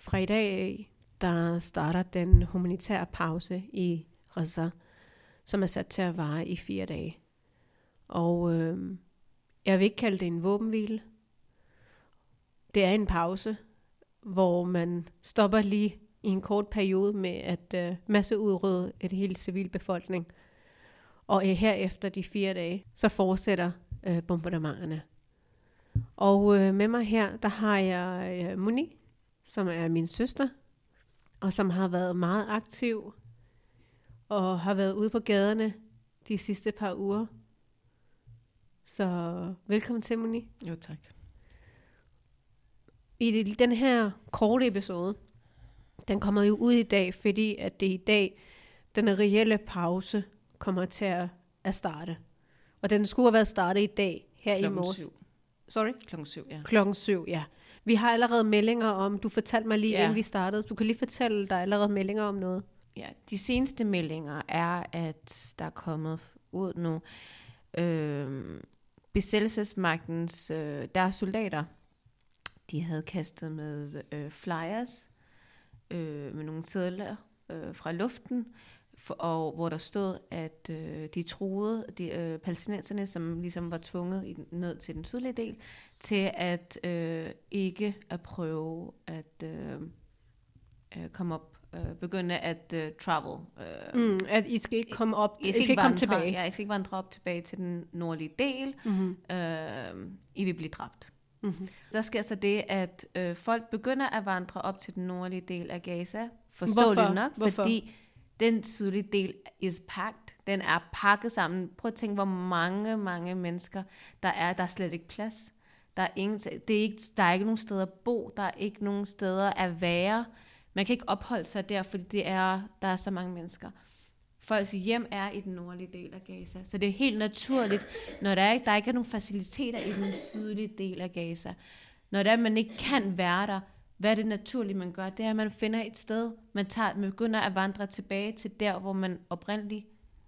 Fra i dag af, der starter den humanitære pause i Gaza, som er sat til at vare i 4 dage. Og jeg vil ikke kalde det en våbenhvile. Det er en pause, hvor man stopper lige i en kort periode med at masseudrydde et helt civilbefolkning. Og herefter de 4 dage, så fortsætter bombardementerne. Og med mig her, der har jeg Muni, som er min søster, og som har været meget aktiv, og har været ude på gaderne de sidste par uger. Så velkommen til, Muni. Jo, tak. I den her korte episode, den kommer jo ud i dag, fordi at det i dag, den reelle pause kommer til at starte. Og den skulle have været startet i dag, her i morges. 7. Sorry? Klokken 7, ja. Klokken 7, ja. Vi har allerede meldinger om, du fortalte mig lige, inden vi startede. Du kan lige fortælle, der er allerede meldinger om noget. Ja, de seneste meldinger er, at der er kommet ud nu besættelsesmagtens, deres soldater, de havde kastet med flyers med nogle sedler fra luften, og hvor der stod, at de truede palæstinenserne, som ligesom var tvunget ned til den sydlige del, til at ikke at prøve at komme op, begynde at travel. At I skal ikke komme op, I skal ikke komme tilbage. Ja, I skal ikke vandre op tilbage til den nordlige del. I vil blive dræbt. Mm-hmm. Der sker så det, at folk begynder at vandre op til den nordlige del af Gaza. Forståeligt nok, fordi den sydlige del is packed. Den er pakket sammen. Prøv at tænke, hvor mange mennesker der er. Der er slet ikke plads. Der er ikke nogen steder at bo. Der er ikke nogen steder at være. Man kan ikke opholde sig der, fordi der er så mange mennesker. Folks hjem er i den nordlige del af Gaza. Så det er helt naturligt, når der ikke er nogen faciliteter i den sydlige del af Gaza. Når man ikke kan være der, hvad er det naturligt, man gør? Det er, at man finder et sted, man begynder at vandre tilbage til der, hvor man oprindeligt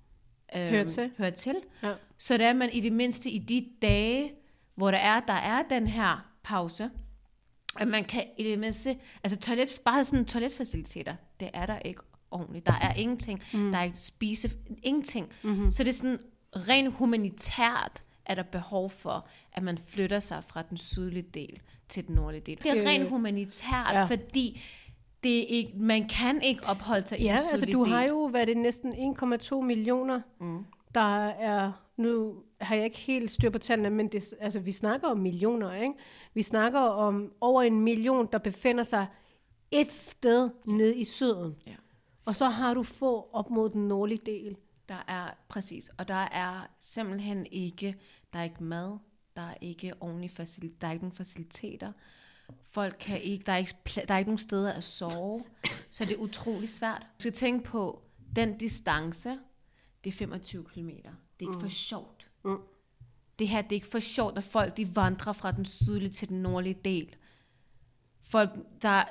hører til. Ja. Så det er, man i det mindste i de dage, hvor der er den her pause, at man kan i det mindste, altså bare sådan toiletfaciliteter, det er der ikke ordentligt. Der er ingenting. Der er ikke ingenting. Mm-hmm. Så det er sådan rent humanitært, er der behov for, at man flytter sig fra den sydlige del til den nordlige del. Det er rent humanitært, fordi det er ikke, man kan ikke opholde sig i den sydlige del. Du har jo været næsten 1,2 millioner, der er, nu har jeg ikke helt styr på tallene, men vi snakker om millioner, ikke? Vi snakker om over 1 million, der befinder sig et sted nede i syden. Ja. Og så har du få op mod den nordlige del. Der er præcis, og der er simpelthen ikke, der er ikke mad, der er ikke ordentlige der er ikke nogen faciliteter. Folk kan ikke, der er ikke nogen steder at sove, så det er utrolig svært. Du skal tænke på, den distance, det er 25 kilometer. Det er ikke for sjovt. Det her, det er ikke for sjovt, at folk de vandrer fra den sydlige til den nordlige del. Folk, der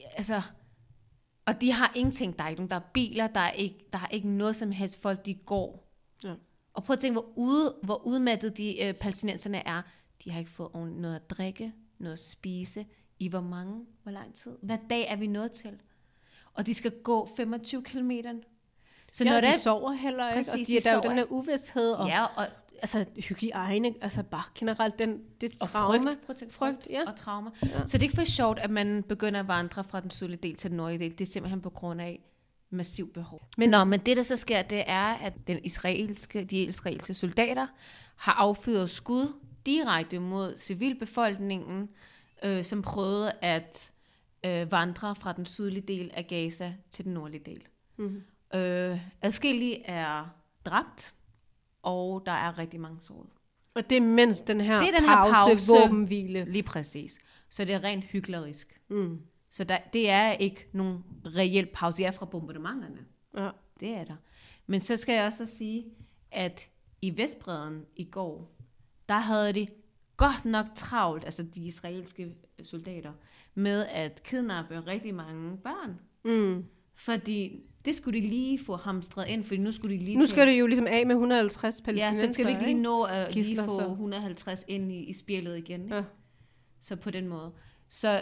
og de har ingenting, der er ikke nogen, der er biler, der er ikke noget som helst, folk de går. Ja. Og prøv at tænke, hvor udmattet de palæstinenserne er. De har ikke fået noget at drikke, noget at spise. I hvor lang tid? Hvad dag er vi nået til? Og de skal gå 25 kilometer. Så når de sover heller ikke, præcis, og der er jo den her uvidshed, og hygiejne, bare generelt det traume. Frygt og traume. Ja. Så det er ikke for sjovt, at man begynder at vandre fra den sydlige del til den nordlige del. Det er simpelthen på grund af massiv behov. Men det der så sker, det er, at de israelske soldater har affyret skud direkte mod civilbefolkningen, som prøvede at vandre fra den sydlige del af Gaza til den nordlige del. Mm-hmm. Adskillige er dræbt, og der er rigtig mange såret. Og det er mens den her pause våbenhvile. Lige præcis. Så det er rent hyklerisk. Så det er ikke nogen reel pause. Jeg er fra bombardementerne. Ja. Det er der. Men så skal jeg også sige, at i Vestbredden i går, der havde de godt nok travlt, altså de israelske soldater, med at kidnappe rigtig mange børn. Fordi det skulle de lige få hamstret ind, fordi nu skulle de lige... Nu skal det jo ligesom af med 150 palæstinenser. Ja, så skal vi ikke lige nå at lige få 150 ind i spillet igen. Ja. Så på den måde. Så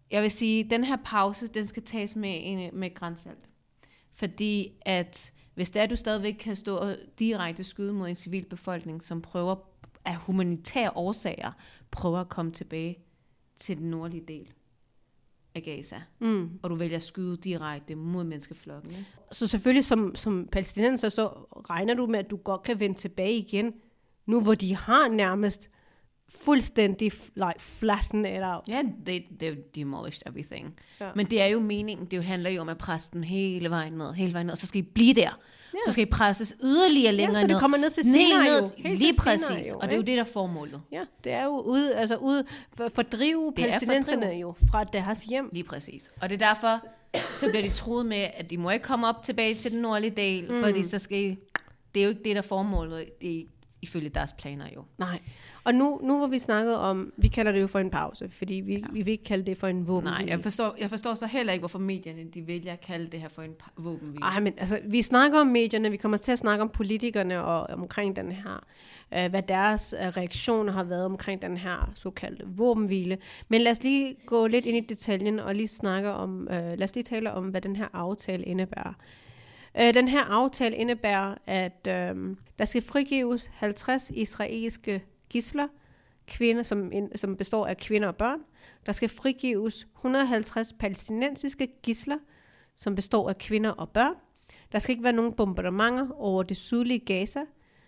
jeg vil sige, den her pause, den skal tages med grænsalt. Fordi at hvis det er, du stadigvæk kan stå og direkte skyde mod en civilbefolkning, som prøver af humanitære årsager, prøver at komme tilbage til den nordlige del af Gaza. Og du vælger at skyde direkte mod menneskeflokken. Ikke? Så selvfølgelig som palæstinenser, så regner du med, at du godt kan vende tilbage igen, nu hvor de har nærmest fuldstændig flatten it out. Ja, they demolished everything. Ja. Men det er jo meningen, det handler jo om at presse den hele vejen ned, og så skal I blive der. Ja. Så skal I presses yderligere længere ned. Så det kommer ned til Sinai jo. Lige præcis, og det er jo det, der er formålet. Ja, det er jo fordrive palæstinenserne jo fra deres hjem. Lige præcis. Og det er derfor, så bliver de truet med, at de må ikke komme op tilbage til den nordlige del, fordi så skal I, det er jo ikke det, der er formålet, ifølge deres planer jo. Nej. Og nu hvor vi snakkede om, vi kalder det jo for en pause, fordi vi vil ikke kalde det for en våbenhvile. Nej, jeg forstår så heller ikke, hvorfor medierne de vælger at kalde det her for en våbenhvile. Ej, men altså, vi snakker om medierne, vi kommer til at snakke om politikerne og omkring den her, hvad deres reaktioner har været omkring den her såkaldte våbenhvile. Men lad os lige gå lidt ind i detaljen og lige snakke om, lad os lige tale om, hvad den her aftale indebærer. Den her aftale indebærer, at der skal frigives 50 israelske gidsler, kvinder, som består af kvinder og børn. Der skal frigives 150 palæstinensiske gidsler, som består af kvinder og børn. Der skal ikke være nogen bombardementer over det sydlige Gaza.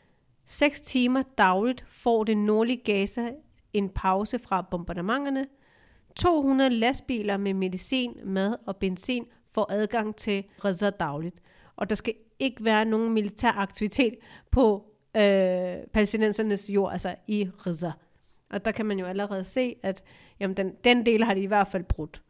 6 timer dagligt får det nordlige Gaza en pause fra bombardementerne. 200 lastbiler med medicin, mad og benzin får adgang til Gaza dagligt. Og der skal ikke være nogen militær aktivitet på palæstinensernes jord, altså i Gaza. Og der kan man jo allerede se, at jamen, den del har de i hvert fald brudt.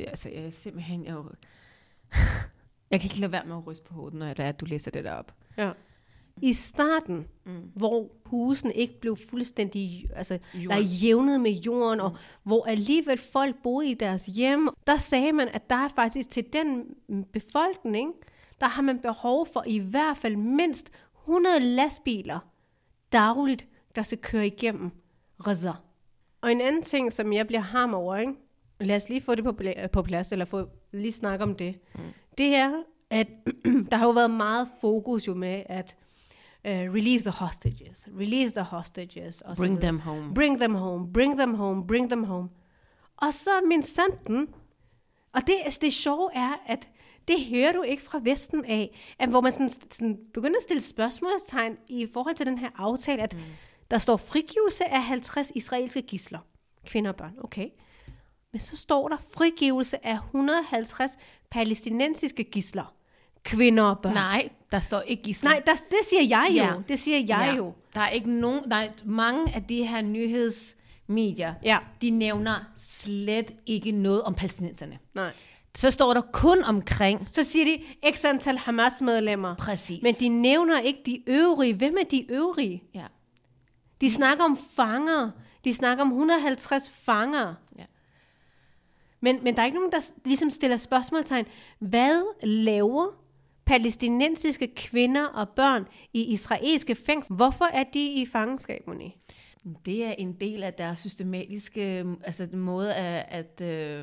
Jeg kan ikke lade være med at ryste på hovedet, når det er, at du læser det der op. Ja. I starten, hvor husene ikke blev fuldstændig jævnet med jorden, og hvor alligevel folk boede i deres hjem, der sagde man, at der er faktisk til den befolkning, der har man behov for i hvert fald mindst 100 lastbiler dagligt, der skal køre igennem Gaza. Og en anden ting, som jeg bliver harm over, ikke? Lad os lige få det på plads, eller få lige snakke om det. Det er, at der har jo været meget fokus jo med, at release the hostages. Og bring them home. Bring them home, bring them home, bring them home. Og så min sanden, og det sjove er, at det hører du ikke fra Vesten af, at hvor man sådan begynder at stille spørgsmålstegn i forhold til den her aftale, at der står frigivelse af 50 israelske gidsler, kvinder og børn, okay. Men så står der frigivelse af 150 palæstinensiske gidsler, kvinder og børn. Nej, der står ikke gidsler. Nej, det siger jeg jo. Ja. Det siger jeg jo. Der er ikke nogen, mange af de her nyhedsmedier, de nævner slet ikke noget om palæstinenserne. Nej. Så står der kun omkring. Så siger de x antal Hamas-medlemmer. Præcis. Men de nævner ikke de øvrige. Hvem er de øvrige? Ja. De snakker om fanger. De snakker om 150 fanger. Ja. Men der er ikke nogen, der ligesom stiller spørgsmålstegn. Hvad laver palæstinensiske kvinder og børn i israelske fængsler? Hvorfor er de i fangenskab, Moni? Det er en del af deres systematiske måde at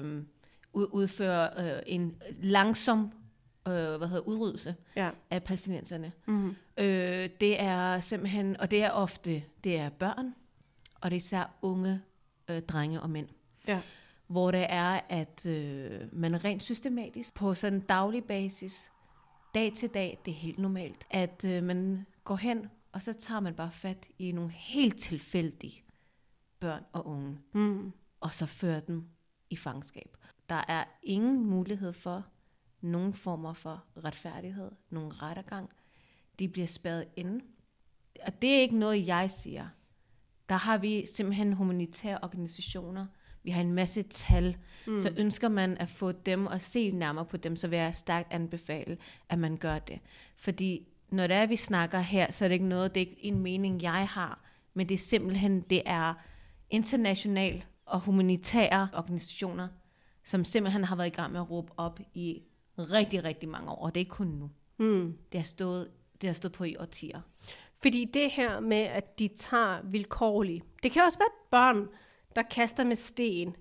udføre en langsom udryddelse af palæstinenserne. Mm-hmm. Det er simpelthen, og det er ofte, det er børn, og det er især unge drenge og mænd. Ja. Hvor det er, at man rent systematisk, på sådan en daglig basis, dag til dag, det er helt normalt, at man går hen, og så tager man bare fat i nogle helt tilfældige børn og unge, og så fører dem i fangenskab. Der er ingen mulighed for nogen former for retfærdighed, nogen rettergang. De bliver spærret inde. Og det er ikke noget, jeg siger. Der har vi simpelthen humanitære organisationer. Vi har en masse tal. Så ønsker man at få dem og se nærmere på dem, så vil jeg stærkt anbefale, at man gør det. Fordi når det er, vi snakker her, så er det ikke noget, det er ikke en mening, jeg har. Men det er simpelthen, det er internationale og humanitære organisationer, som simpelthen har været i gang med at råbe op i rigtig, rigtig mange år. Og det er ikke kun nu. Det har stået på i årtier. Fordi det her med, at de tager vilkårligt. Det kan også være børn, der kaster med sten.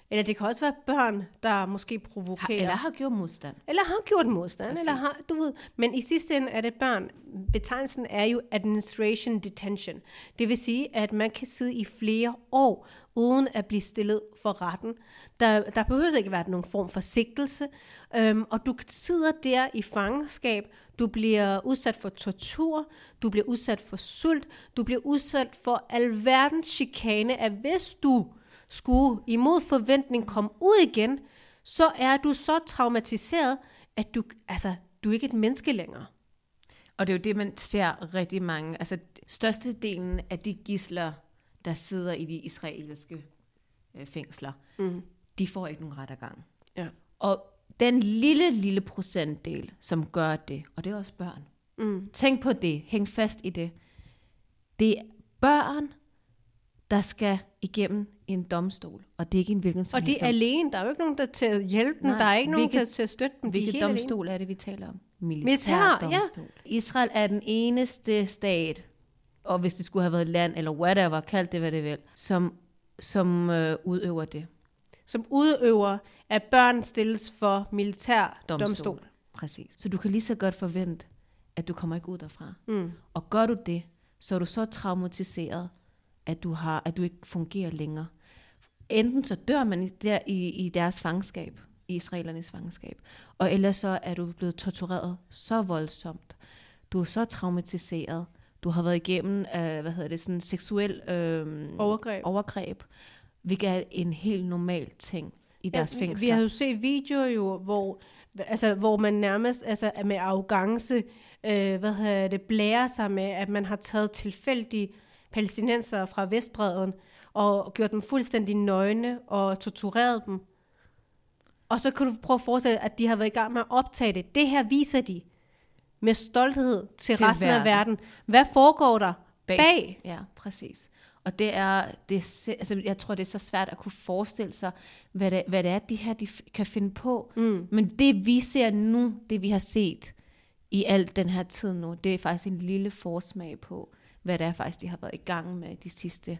Eller det kan også være børn, der måske provokerer. Eller har gjort modstand. Eller har gjort modstand. Præcis. Eller har, du ved. Men i sidste ende er det børn. Betegnelsen er jo administration detention. Det vil sige, at man kan sidde i flere år, uden at blive stillet for retten. Der behøver ikke være nogen form for sigtelse. Og du sidder der i fangenskab. Du bliver udsat for tortur. Du bliver udsat for sult. Du bliver udsat for alverdens chikane, at hvis du skulle imod forventning komme ud igen, så er du så traumatiseret, at du er ikke et menneske længere. Og det er jo det, man ser rigtig mange. Altså, størstedelen af de gidsler, der sidder i de israelske fængsler, de får ikke nogen rettergang. Ja. Og den lille procentdel, som gør det, og det er også børn. Tænk på det. Hæng fast i det. Det er børn, der skal igennem en domstol, og det er ikke en hvilken som helst. Og de er alene. Der er jo ikke nogen, der til at hjælpe dem. Der er ikke nogen, der til at støtte dem. Hvilket domstol er det, vi taler om? Militær domstol. Ja. Israel er den eneste stat, og hvis det skulle have været et land, eller whatever, kald det, hvad det vil, som udøver det. Som udøver, at børn stilles for militær domstol. Præcis. Så du kan lige så godt forvente, at du kommer ikke ud derfra. Og gør du det, så er du så traumatiseret, at du ikke fungerer længere. Enten så dør man i deres fangenskab, i israelernes fangenskab, og ellers så er du blevet tortureret så voldsomt. Du er så traumatiseret. Du har været igennem sådan seksuel overgreb, hvilket er en helt normal ting i deres fængsler. Vi har jo set videoer hvor man nærmest med arrogance blærer sig med, at man har taget tilfældige palæstinensere fra Vestbredden og gjort dem fuldstændig nøgne og tortureret dem. Og så kan du prøve at forestille, at de har været i gang med at optage det. Det her viser de med stolthed til resten af verden. Hvad foregår der bag? Ja, præcis. Og jeg tror, det er så svært at kunne forestille sig, hvad det er, de her de kan finde på. Men det vi ser nu, det vi har set i al den her tid nu, det er faktisk en lille forsmag på, hvad det er faktisk, de har været i gang med de sidste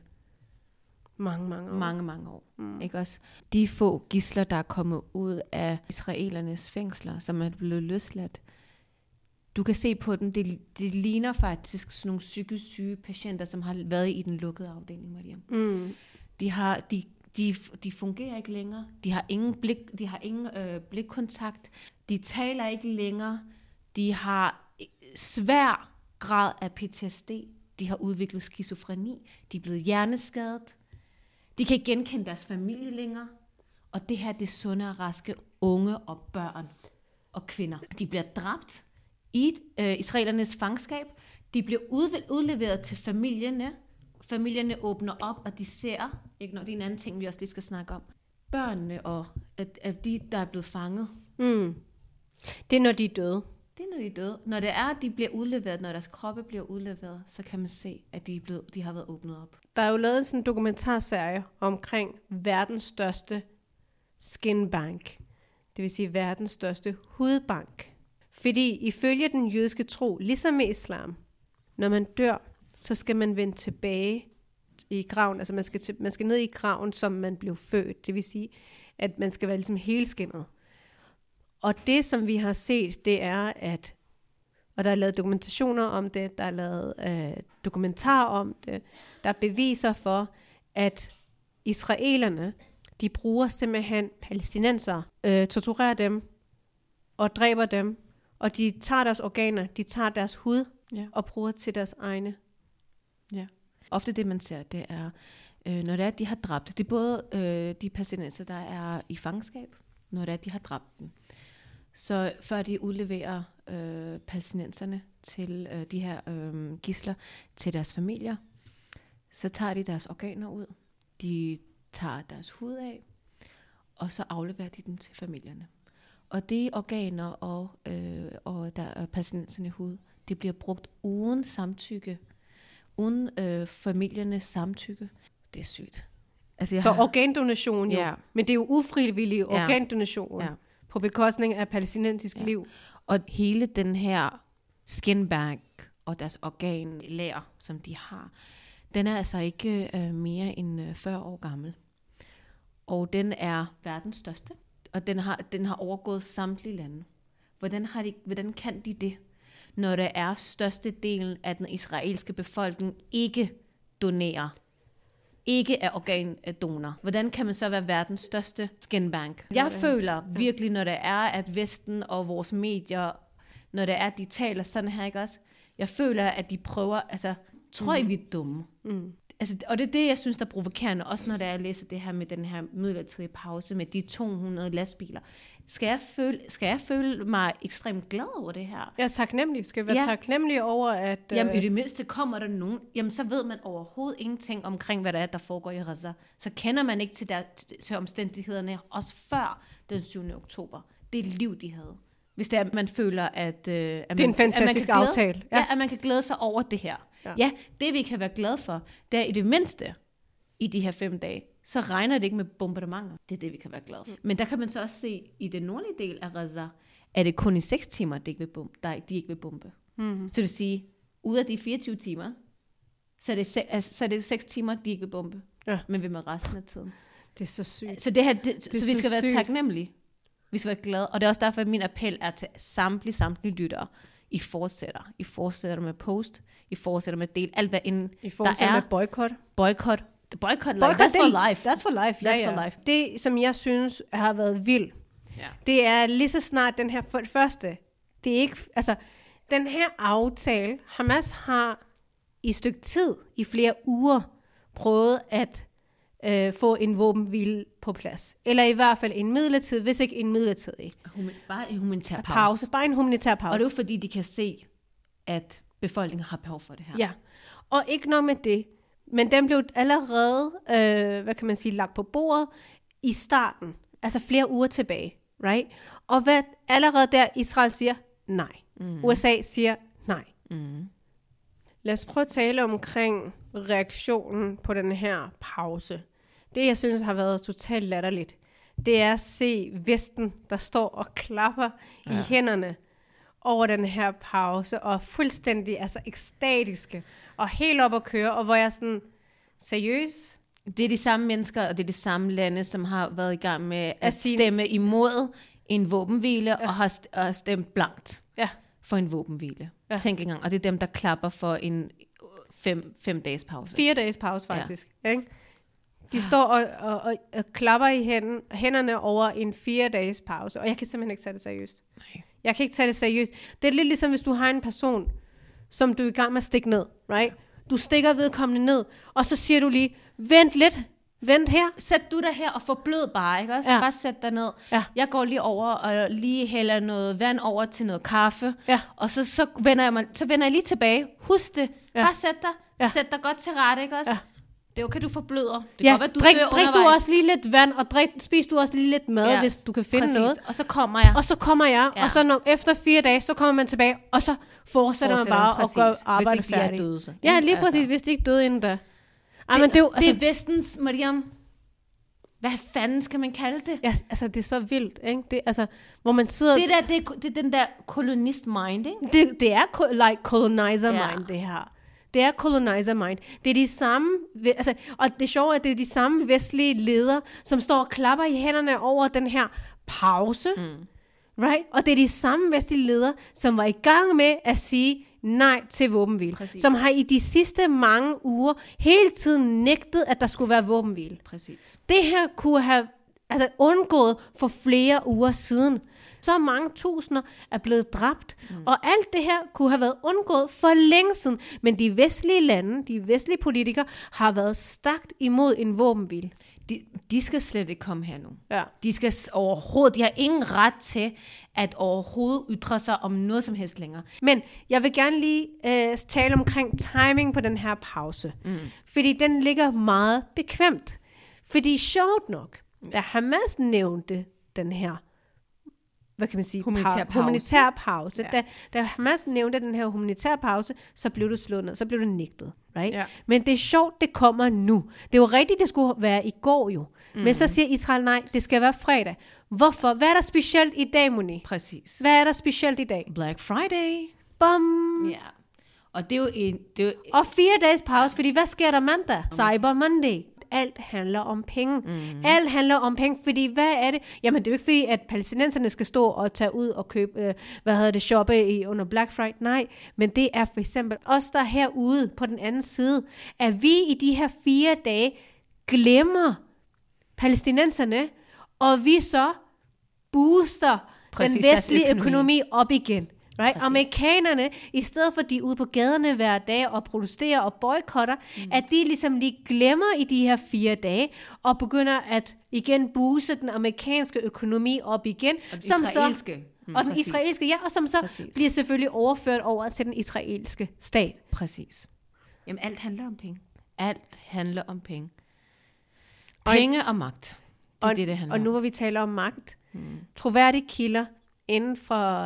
mange år. Ikke også? De få gidsler, der er kommet ud af israelernes fængsler, som er blevet løsladt, du kan se på dem, det ligner faktisk sådan nogle psykisk syge patienter, som har været i den lukkede afdeling, Mariam. De fungerer ikke længere. De har ingen blikkontakt. De taler ikke længere. De har svær grad af PTSD. De har udviklet skizofreni. De er blevet hjerneskadet. De kan ikke genkende deres familie længere. Og det her, det er sunde og raske unge og børn og kvinder. De bliver dræbt i israelernes fangenskab. De bliver udleveret til familierne. Familierne åbner op, og de ser, ikke, når det er en anden ting, vi også lige skal snakke om, børnene og de, der er blevet fanget. Det er, når de er døde. Det er, når de er døde. Når det er, at de bliver udleveret, når deres kroppe bliver udleveret, så kan man se, at de har været åbnet op. Der er jo lavet sådan en dokumentarserie omkring verdens største skin bank. Det vil sige verdens største hudbank. Fordi ifølge den jødiske tro, ligesom med islam, når man dør, så skal man vende tilbage i graven. Altså man skal ned i graven, som man blev født. Det vil sige, at man skal være ligesom helskindet. Og det, som vi har set, det er, og der er lavet dokumentationer om det, der er lavet dokumentarer om det, der er beviser for, at israelerne, de bruger simpelthen palæstinensere, torturerer dem og dræber dem, og de tager deres organer, de tager deres hud og bruger til deres egne. Ja. Ofte det, man ser, det er, når det er, de har dræbt, det er både de palæstinenser, der er i fangenskab, når det er, de har dræbt dem. Så før de udleverer palæstinenserne til de her gidsler til deres familier, så tager de deres organer ud, de tager deres hud af, og så afleverer de dem til familierne. Og de organer og der palæstinensernes hud, det bliver brugt uden samtykke, uden familiernes samtykke. Det er sygt. Altså, så organdonation jo, men det er jo ufrivillig organdonation på bekostning af palæstinensisk liv. Og hele den her skin bank og deres organlager, som de har, den er altså ikke mere end 40 år gammel. og den er verdens største, og den har overgået samtlige lande. Hvordan kan de det, når det er størstedelen af den israelske befolkning ikke donerer, ikke er organdonor? Hvordan kan man så være verdens største skinbank? Jeg føler virkelig, når det er, at Vesten og vores medier, når det er, at de taler sådan her, ikke også? Jeg føler, at de prøver, altså, tror I, vi er dumme? Altså, og det er det, jeg synes, der er provokerende, også når jeg læser det her med den her midlertidige pause, med de 200 lastbiler. Skal jeg føle mig ekstremt glad over det her? Jeg er taknemmelig. Skal være taknemmelig over, at... Jamen, i det mindste kommer der nogen... Jamen, så ved man overhovedet ingenting omkring, hvad der er, der foregår i Gaza. Så kender man ikke til omstændighederne, også før den 7. oktober. Det er liv, de havde. Hvis det er, at man føler, at... det er en fantastisk aftale. Ja, at man kan glæde sig over det her. Ja, det vi kan være glade for, det er i det mindste, i de her 5 dage, så regner det ikke med bombardementer. Det er det, vi kan være glade for. Men der kan man så også se, i den nordlige del af Gaza, er det kun i 6 timer, de ikke vil bombe. Så det vil sige, ud af de 24 timer, så er det 6 timer, de ikke vil bombe. Ja. Men vi med resten af tiden. Det er så sygt. Så, så vi skal være taknemmelige. Vi skal være glade. Og det er også derfor, at min appel er til samtlige lyttere. I fortsætter med post. I fortsætter med del. Alt hvad inden I fortsætter med boykot. Boykot, that's for life. That's for life, ja. For life. Det, som jeg synes har været vildt, det er lige så snart den her første. Det er ikke, altså, den her aftale, Hamas har i et stykke tid, i flere uger, prøvet at få en våbenhvile på plads. Eller i hvert fald en midlertidig, hvis ikke en midlertidig. Bare en humanitær pause. Bare en humanitær pause. Og det er jo fordi, de kan se, at befolkningen har behov for det her. Ja, og ikke noget med det. Men den blev allerede, lagt på bordet i starten. Altså flere uger tilbage. Right? Og hvad allerede der Israel siger, nej. USA siger, nej. Lad os prøve at tale omkring reaktionen på den her pause. Det, jeg synes har været totalt latterligt, det er at se Vesten, der står og klapper i hænderne over den her pause, og fuldstændig ekstatiske, og helt op at køre, og hvor jeg sådan, seriøs? Det er de samme mennesker, og det er de samme lande, som har været i gang med at stemme imod en våbenhvile, og har stemt blankt for en våbenhvile. Ja. Tænk engang, og det er dem, der klapper for en 5 dages pause. 4 dages pause, faktisk. Ja. Ikke? De står og klapper i hænderne over en 4 dages pause, og jeg kan simpelthen ikke tage det seriøst. Nej. Jeg kan ikke tage det seriøst. Det er lidt ligesom, hvis du har en person, som du er i gang med at stikke ned, right? Du stikker vedkommende ned, og så siger du lige, vent her. Sæt du dig her og forblød bare, ikke også? Bare sæt dig ned. Ja. Jeg går lige over og lige hælder noget vand over til noget kaffe, og så vender jeg lige tilbage. Husk det. Bare sæt dig. Ja. Sæt dig godt til rette, ikke også? Ja. Det er jo, kan du forbløder. Det kan godt, du drik du også lige lidt vand, og spis du også lige lidt mad, hvis du kan finde noget. Og så kommer jeg. Og så efter 4 dage, så kommer man tilbage, og så fortsætter man bare og gør arbejdet færdigt. Hvis de døde. Ja, lige præcis, hvis de ikke døde inden da. Det er vestens, Mariam. Hvad fanden skal man kalde det? Ja, det er så vildt, ikke? Det, hvor man sidder... Det er den der kolonist mind, ikke? Det er like colonizer mind, det her. Det er colonizer mind. Det er de samme, og det sjove er, at det er de samme vestlige ledere, som står og klapper i hænderne over den her pause. Right? Og det er de samme vestlige ledere, som var i gang med at sige nej til våbenhvile. Præcis. Som har i de sidste mange uger hele tiden nægtet, at der skulle være våbenhvile. Præcis. Det her kunne have undgået for flere uger siden. Så mange tusinder er blevet dræbt. Og alt det her kunne have været undgået for længe siden. Men de vestlige lande, de vestlige politikere, har været stærkt imod en våbenhvile. De skal slet ikke komme her nu. Ja. De har ingen ret til at overhovedet ytre sig om noget som helst længere. Men jeg vil gerne lige tale omkring timing på den her pause. Fordi den ligger meget bekvemt. Fordi sjovt nok, da Hamas nævnte den her humanitær pause. Ja. Da Hamas nævnte den her humanitær pause, så blev det slået ned, så blev det nægtet. Right? Ja. Men det er sjovt, det kommer nu. Det var rigtigt, det skulle være i går jo. Men så siger Israel, nej, det skal være fredag. Hvorfor? Hvad er der specielt i dag, Moni? Præcis. Hvad er der specielt i dag? Black Friday. Bum! Ja. Og det er jo og 4 dages pause, fordi hvad sker der mandag? Cyber Monday. alt handler om penge. Alt handler om penge, fordi hvad er det? Jamen det er jo ikke fordi, at palæstinenserne skal stå og tage ud og købe, shoppe under Black Friday. Nej, men det er for eksempel os, der er herude på den anden side, at vi i de her 4 dage glemmer palæstinenserne, og vi så booster den vestlige økonomi op igen. Right? Amerikanerne, i stedet for de er ude på gaderne hver dag og protesterer og boykotter, at de ligesom lige glemmer i de her 4 dage og begynder at igen booste den amerikanske økonomi op igen. Og den israelske. Og den israelske, ja, og som så bliver selvfølgelig overført over til den israelske stat. Præcis. Jamen alt handler om penge. Alt handler om penge. Penge og magt. Det er det handler om. Og nu hvor vi taler om magt, troværdige kilder inden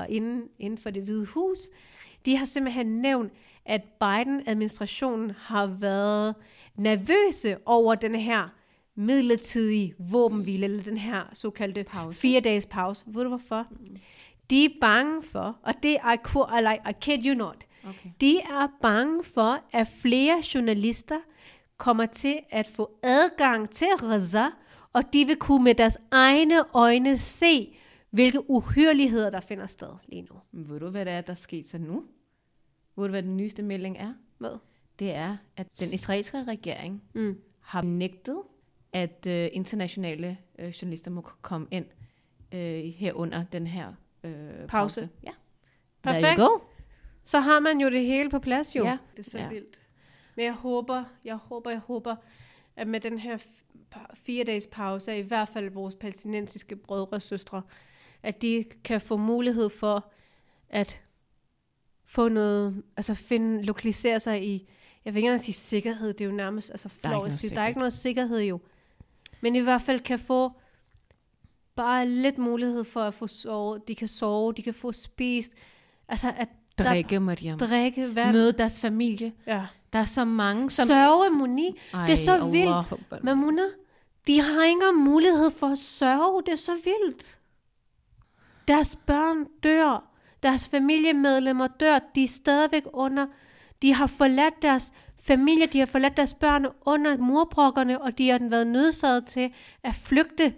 for det Hvide Hus, de har simpelthen nævnt, at Biden-administrationen har været nervøse over den her midlertidige våbenhvile, eller den her såkaldte 4-dages pause. Ved du hvorfor? De er bange for, og det er I kid you not, de er bange for, at flere journalister kommer til at få adgang til Gaza, og de vil kunne med deres egne øjne se, hvilke uhyrligheder, der finder sted lige nu. Ved du, hvad det er, der er sket så nu? Ved du, hvad den nyeste melding er? Hvad? Det er, at den israelske regering har nægtet, at internationale journalister må komme ind herunder den her pause. Ja. Perfekt. Så har man jo det hele på plads jo. Ja. Det er så vildt. Men jeg håber, at med den her 4-dages pause, at i hvert fald vores palæstinensiske brødre og søstre, at de kan få mulighed for at få noget, altså lokalisere sig i, jeg vil ikke engang sige sikkerhed, det er jo nærmest, altså der er ikke noget sikkerhed jo, men i hvert fald kan få bare lidt mulighed for at få sovet, de kan sove, de kan få spist, altså at drikke, Mariam. Drikke vand. Møde deres familie. Ja. Der er så mange, som... Sørge, Moni. Det er så vildt. Mamuna, de har ikke mulighed for at sørge. Det er så vildt. Deres børn dør. Deres familiemedlemmer dør. De er stadigvæk under... De har forladt deres familie. De har forladt deres børn under murbrokkerne, og de har været nødsaget til at flygte.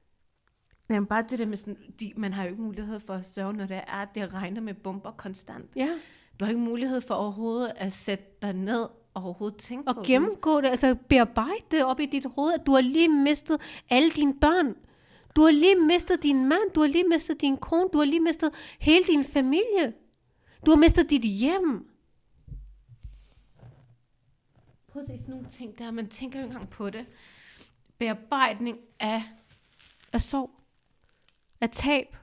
Jamen bare det der med sådan... man har jo ikke mulighed for at sørge, når det regner med bomber konstant. Ja. Du har ikke mulighed for overhovedet at sætte dig ned og overhovedet tænke på det. Og gennemgå det, altså bearbejde det op i dit hoved, at du har lige mistet alle dine børn. Du har lige mistet din mand, du har lige mistet din kone, du har lige mistet hele din familie. Du har mistet dit hjem. Prøv at se sådan nogle ting der, man tænker jo ikke engang på det. Bearbejdning af sorg. Af tab.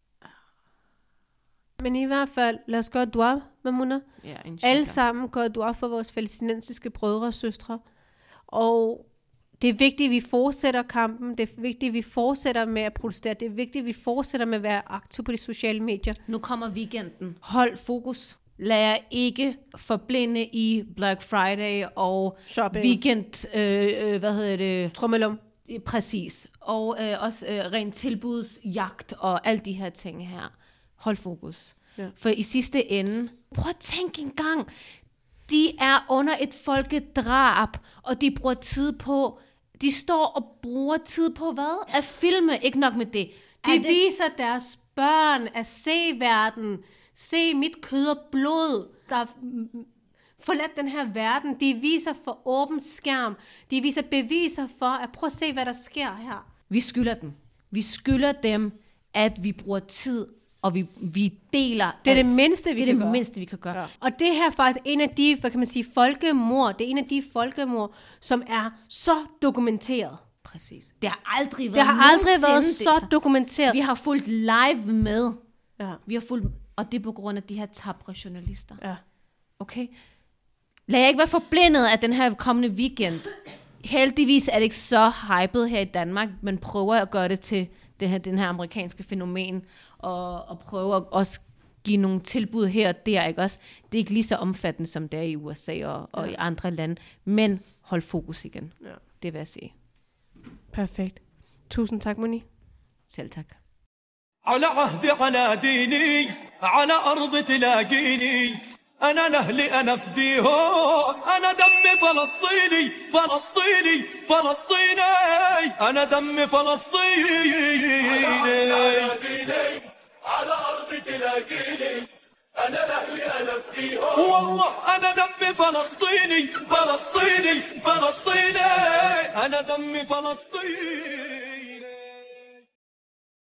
Men i hvert fald, lad os gøre dua, Mamuna. Ja, alle sammen gør dua for vores palæstinensiske brødre og søstre. Og det er vigtigt, at vi fortsætter kampen. Det er vigtigt, at vi fortsætter med at protestere. Det er vigtigt, at vi fortsætter med at være aktive på de sociale medier. Nu kommer weekenden. Hold fokus. Lad jer ikke forblinde i Black Friday og shopping. Weekend, trommelum. Præcis. Og også rent tilbudsjagt og alle de her ting her. Hold fokus. Ja. For i sidste ende, prøv at tænke en gang, de er under et folkedrab, og de bruger tid på, de står og bruger tid på hvad? At filme, ikke nok med det. De viser deres børn at se verden, se mit kød og blod, der forladt den her verden. De viser for åben skærm, de viser beviser for, at prøv at se, hvad der sker her. Vi skylder dem. Vi skylder dem, at vi bruger tid, og vi deler. Det er det mindste, vi kan gøre. Ja. Og det her er faktisk en af de, hvad kan man sige, folkemord. Det er en af de folkemord, som er så dokumenteret. Præcis. Det har aldrig været så dokumenteret. Vi har fulgt live med. Ja. Vi har fulgt, og det er på grund af de her tabre journalister. Ja. Okay? Lad jer ikke være forblindet af den her kommende weekend. Heldigvis er det ikke så hypet her i Danmark, men prøver at gøre det til den her amerikanske fænomen, og prøver at også give nogle tilbud her og der, ikke også? Det er ikke lige så omfattende, som det er i USA og i andre lande, men hold fokus igen. Ja. Det vil jeg sige. Perfekt. Tusind tak, Moni. Selv tak. على عهدي على ديني على أرض تلاقيني أنا لأهلي أنا فديهم أنا دمي فلسطيني فلسطيني فلسطيني أنا دمي فلسطيني على أرضي تلاقيني أنا لأهلي أنا فديهم والله أنا دمي فلسطيني فلسطيني فلسطيني أنا دمي فلسطيني